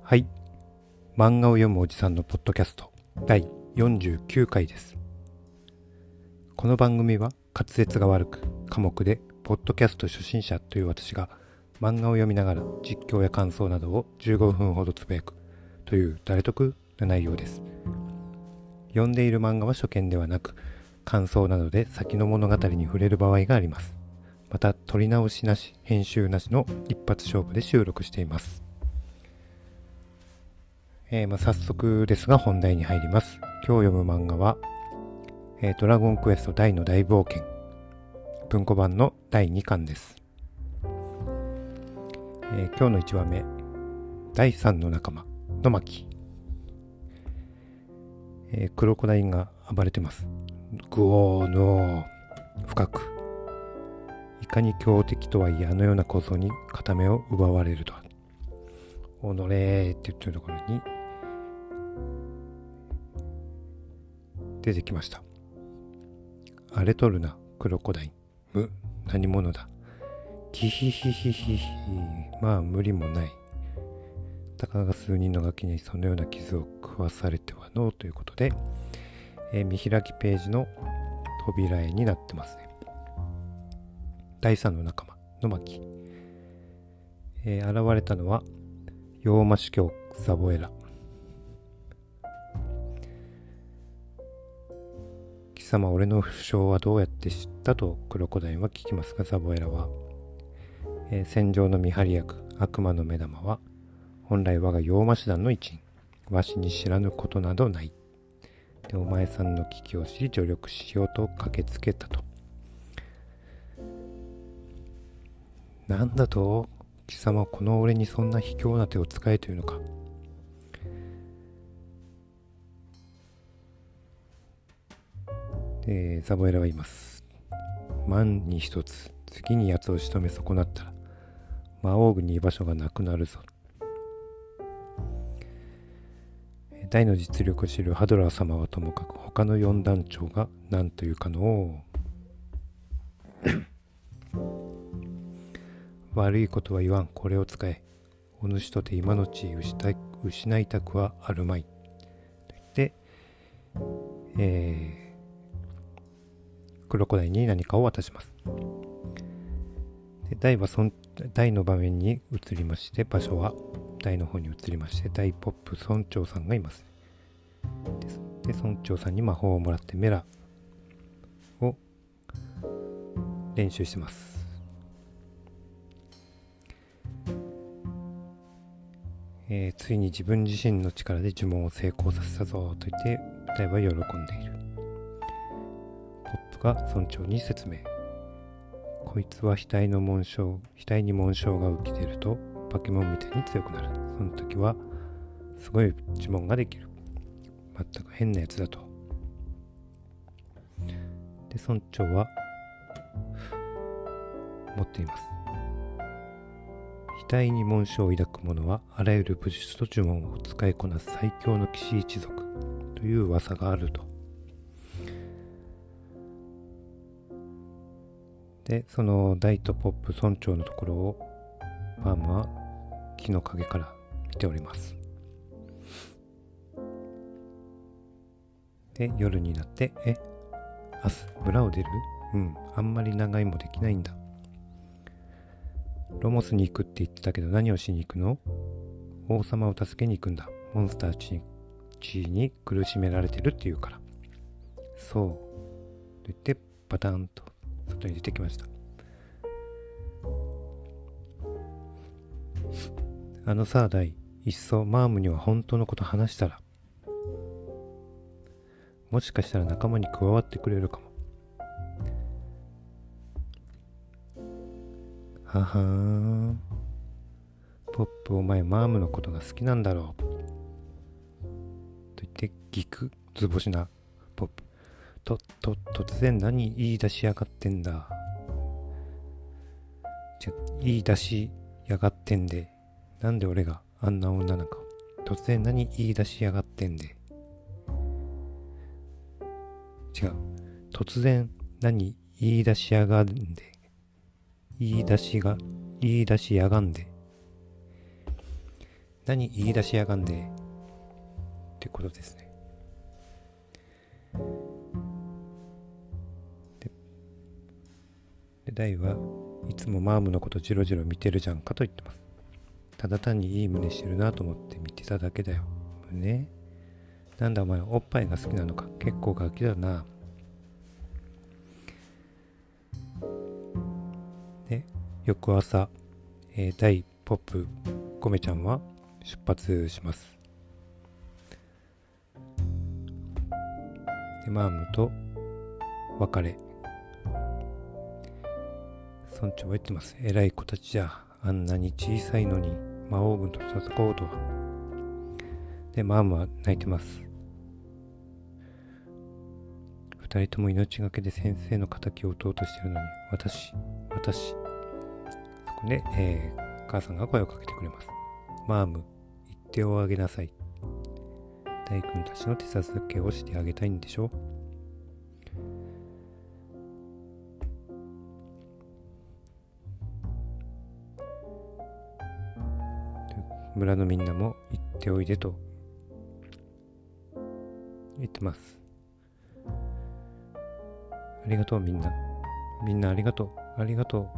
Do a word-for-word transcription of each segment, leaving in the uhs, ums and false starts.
はい、漫画を読むおじさんのポッドキャストだいよんじゅうきゅうかいです。この番組は滑舌が悪く寡黙でポッドキャスト初心者という私が漫画を読みながら実況や感想などをじゅうごふんほどつぶやくという誰得な内容です。読んでいる漫画は初見ではなく、感想などで先の物語に触れる場合があります。また撮り直しなし編集なしの一発勝負で収録しています。えーまあ、早速ですが本題に入ります。今日読む漫画は、えー、ドラゴンクエスト大の大冒険文庫版のだいにかんです。えー、今日のいちわめ、だいさんの仲間野巻、えー、クロコダインが暴れてます。グオーノー深く、いかに強敵とはいえあのような構想に片目を奪われるとは。おのれーって言ってるところに出てきました。あれとるなクロコダイン、む何者だ、キヒヒヒヒヒ、まあ無理もない。たかが数人のガキにそのような傷を食わされてはのうということで、えー、見開きページの扉絵になってますね。だいさんの仲間野巻、えー、現れたのはヨーマ司教ザボエラ。貴様、俺の負傷はどうやって知ったとクロコダインは聞きますが、ザボエラは、えー、戦場の見張り役悪魔の目玉は本来我がヨーマ師団の一員、わしに知らぬことなどない。でお前さんの危機を知り助力しようと駆けつけたと。なんだと、貴様、この俺にそんな卑怯な手を使えというのか。でザボエラは言います。万に一つ、次に奴を仕留め損なったら魔王軍に居場所がなくなるぞ。大の実力を知るハドラー様はともかく、他の四団長が何というかの悪いことは言わん、これを使え。お主とて今の地位失いたくはあるまい。と言って、えー、クロコダインに何かを渡します。で大はそん大の場面に移りまして、場所は大の方に移りまして、大ポップ村長さんがいます。で村長さんに魔法をもらってメラを練習してます。えー、ついに自分自身の力で呪文を成功させたぞと言って大は喜んでいる。ポップが村長に説明。こいつは額の紋章額に紋章が浮き出るとバケモンみたいに強くなる。その時はすごい呪文ができる。全く変なやつだと。で村長は持っています。額に紋章を抱く者はあらゆる武術と呪文を使いこなす最強の騎士一族という噂があると。でその大とポップ村長のところをパームは木の陰から見ております。で夜になって、え明日村を出る？うんあんまり長居もできないんだ。ロモスに行くって言ってたけど何をしに行くの？王様を助けに行くんだ。モンスター地に苦しめられてるっていうから。そうと言ってバタンと外に出てきました。あのさあ大、いっそマームには本当のこと話したら、もしかしたら仲間に加わってくれるかも。ははーん、ポップお前マームのことが好きなんだろうと言ってぎく図星なポップ。とと突然何言い出しやがってんだ。じゃ言い出しやがってんで、なんで俺があんな女なんか。突然何言い出しやがってんで、違う、突然何言い出しやがんで、言い出しが言い出しやがんで、 何言い出しやがんでってことですね。で、で大はいつもマームのことジロジロ見てるじゃんかと言ってます。ただ単にいい胸してるなと思って見てただけだよ。胸？なんだお前おっぱいが好きなのか。結構ガキだな。で、翌朝、えー、大ポップゴメちゃんは出発します。で、マームと別れ。村長は言ってます。偉い子たちじゃ、あんなに小さいのに魔王軍と戦おうとは。で、マームは泣いてます。二人とも命がけで先生の仇を討とうとしてるのに、私、私。そこで、えー、母さんが声をかけてくれます。マーム、言っておあげなさい。大君たちの手助けをしてあげたいんでしょ。村のみんなも行っておいでと言ってます。ありがとうみんな。みんなありがとう。ありがとう。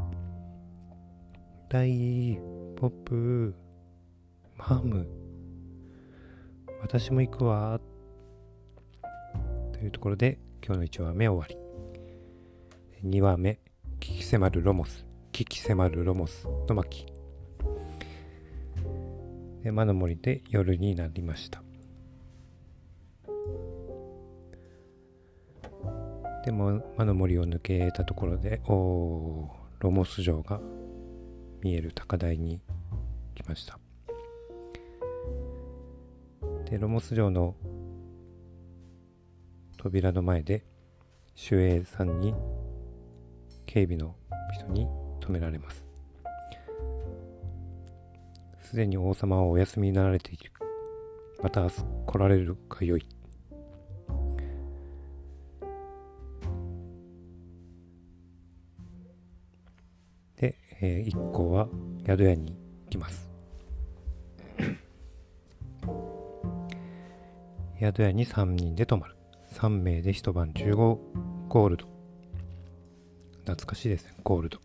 大ポップマーム、私も行くわ。というところで今日のいちわめ終わり。にわめ、危機迫るロモス。危機迫るロモスの巻。で、魔の森で夜になりました。でも魔の森を抜けたところで、おー、ロモス城が見える高台に来ました。で、ロモス城の扉の前で守衛さんに警備の人に止められます。すでに王様はお休みになられている。また来られるかよい。で、えー、一行は宿屋に行きます。宿屋にさんにんで泊まる。さんめいで一晩じゅうごゴールド。懐かしいですね、ゴールド。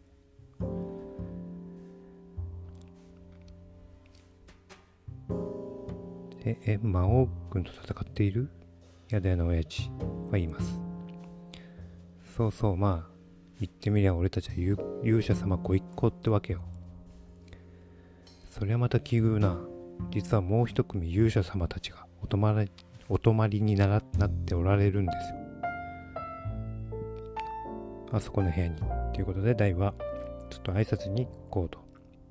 で、え、魔王軍と戦っている宿屋の親父は言います。そうそう、まあ、言ってみりゃ俺たちは勇勇者様ご一行ってわけよ。そりゃまた奇遇な。実はもう一組勇者様たちがお泊まり、お泊まりに な, なっておられるんですよ。あそこの部屋に。ということで大はちょっと挨拶に行こうと。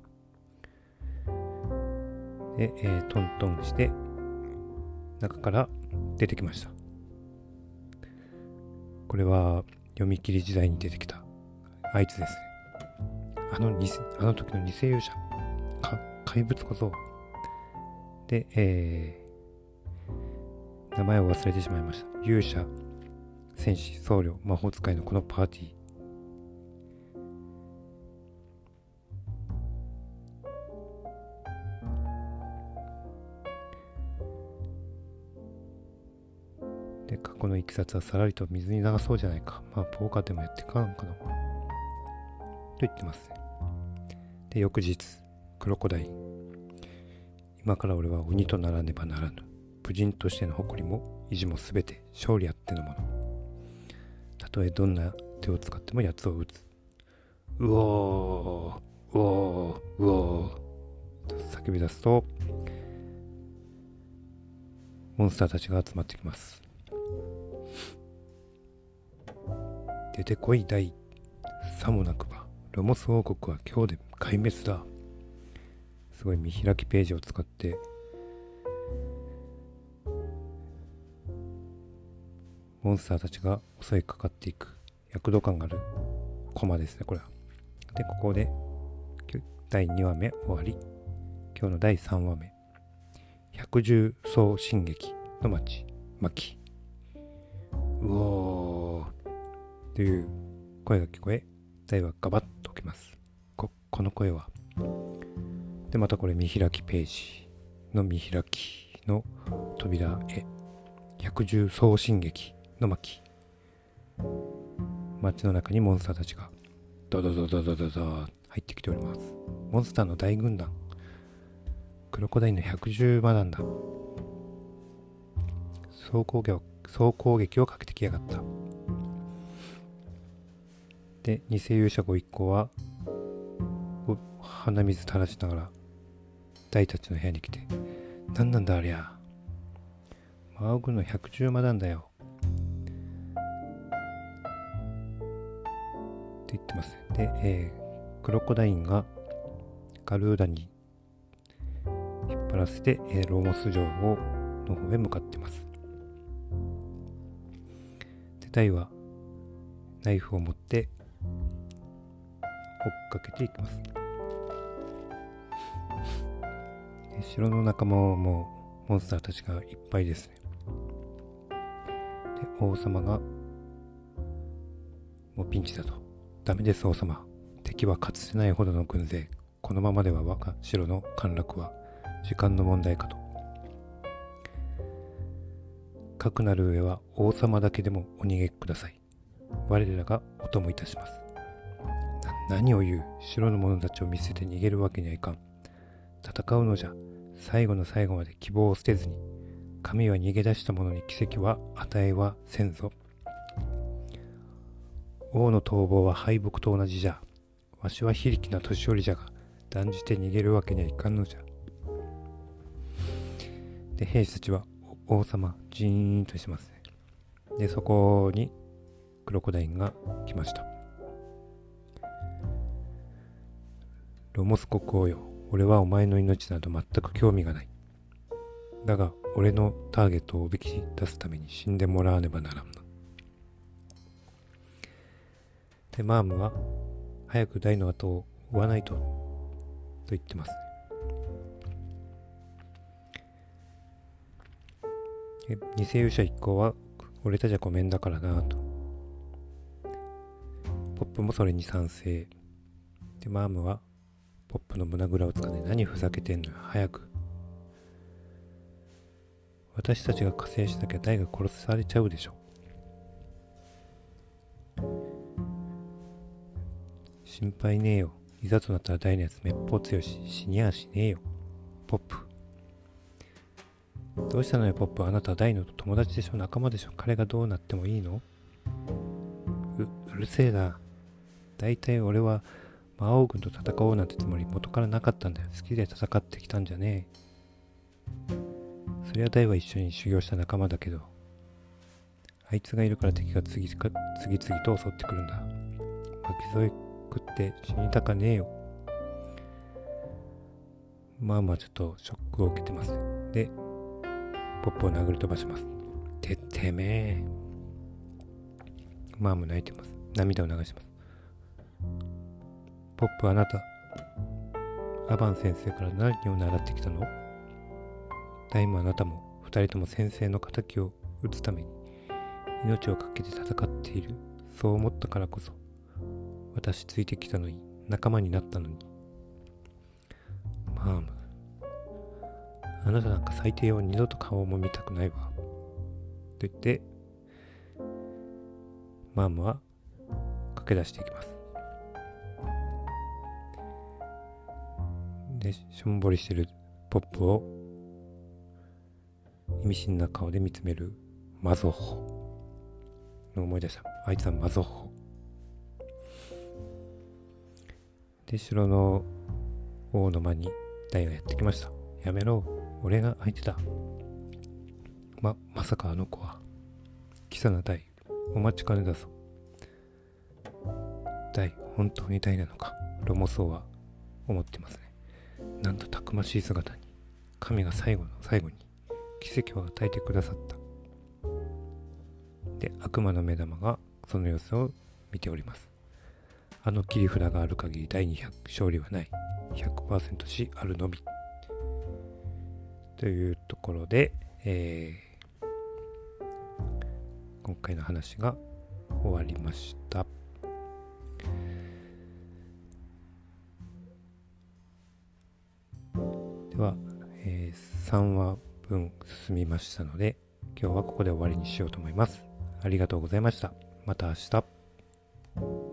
で、えー、トントンして中から出てきました。これは読み切り時代に出てきたあいつですね。あの偽あの時の偽勇者か怪物こそ。で、えー、名前を忘れてしまいました。勇者、戦士、僧侶、魔法使いのこのパーティー。で、過去のいきさつはさらりと水に流そうじゃないか。まあ、ポーカーでもやっていかんかな。と言ってますね。で、翌日、クロコダイ。今から俺は鬼とならねばならぬ。武人としての誇りも意地もすべて勝利あってのもの。たとえどんな手を使っても奴を撃つ。うおー、うおー、うおーと叫び出すと、モンスターたちが集まってきます。出てこい大。さもなくばロモス王国は今日で壊滅だ。すごい見開きページを使ってモンスターたちが襲いかかっていく躍動感があるコマですね、これは。で、ここでだいにわめ終わり。今日のだいさんわめ、百獣総進撃の町巻。うおーという声が聞こえ、台はガバッと起きます。 こ, この声はで、またこれ見開きページの見開きの扉へ、百獣総進撃の巻。街の中にモンスターたちがドドドドドドド入ってきております。モンスターの大軍団、クロコダインの百獣マダンだ。総攻撃を総攻撃をかけてきやがった。で、偽勇者ご一行は鼻水垂らしながら大たちの部屋に来て、何なんだありゃ、魔王軍の百獣マダンだよって言ってます。で、えー、クロコダインがガルーダに引っ張らせて、えー、ローモス城をの方へ向かっています。で、ダイはナイフを持って追っかけていきます。で、城の中ももうモンスターたちがいっぱいですね。で、王様がもうピンチだと。ダメです王様。敵はかつてないほどの軍勢。このままでは我が城の陥落は時間の問題かと。かくなる上は王様だけでもお逃げください。我らがお供いたします。な何を言う。城の者たちを見捨てて逃げるわけにはいかん。戦うのじゃ。最後の最後まで希望を捨てずに。神は逃げ出した者に奇跡は与えはせんぞ。王の逃亡は敗北と同じじゃ。わしは非力な年寄りじゃが、断じて逃げるわけにはいかんのじゃ。で、兵士たちは王様ジーンとしますね。で、そこにクロコダインが来ました。ロモス国王よ、俺はお前の命など全く興味がない。だが俺のターゲットをおびき出すために死んでもらわねばならんな。で、マームは早くダイの後を追わないとと言ってます。で、偽勇者一行は俺たちはごめんだからなと。ポップもそれに賛成で、マームはポップの胸ぐらをつかんで、何ふざけてんのよ、早く。私たちが加勢しなきゃダイが殺されちゃうでしょ。心配ねえよ。いざとなったらダイのやつめっぽう強いし、死にゃあしねえよ。ポップ。どうしたのよポップ。あなたはダイの友達でしょ、仲間でしょ。彼がどうなってもいいの？う、うるせえな。だいたい俺は魔王軍と戦おうなんてつもり元からなかったんだよ。好きで戦ってきたんじゃねえ。そりゃダイは一緒に修行した仲間だけど、あいつがいるから敵が次々次々と襲ってくるんだ。巻き添え食って死にたかねえよ。まあまあちょっとショックを受けてます。で、ポップを殴り飛ばします。てってめえ。まあもう泣いてます。涙を流します。ポップ、あなたアバン先生から何を習ってきたの？ダイもあなたも二人とも先生の仇を討つために命を懸けて戦っている。そう思ったからこそ私ついてきたのに、仲間になったのに。マーム、あなたなんか最低を二度と顔も見たくないわ。と言ってマームは駆け出していきます。で、しょんぼりしてるポップを意味深な顔で見つめるマゾッホの思い出した。あいつはマゾッホで、城の王の間にダイがやってきました。やめろ、俺が相手だ。ま、まさかあの子は貴様ダイ、お待ちかねだぞ。ダイ、本当にダイなのか。ロモソウは思ってますね。なんとたくましい姿に、神が最後の最後に奇跡を与えてくださった。で、悪魔の目玉がその様子を見ております。あの切り札がある限りだいにひゃく勝利はない。ひゃくパーセント しあるのみ。というところで、えー、今回の話が終わりました。では、 えー、さんわぶん進みましたので、今日はここで終わりにしようと思います。ありがとうございました。また明日。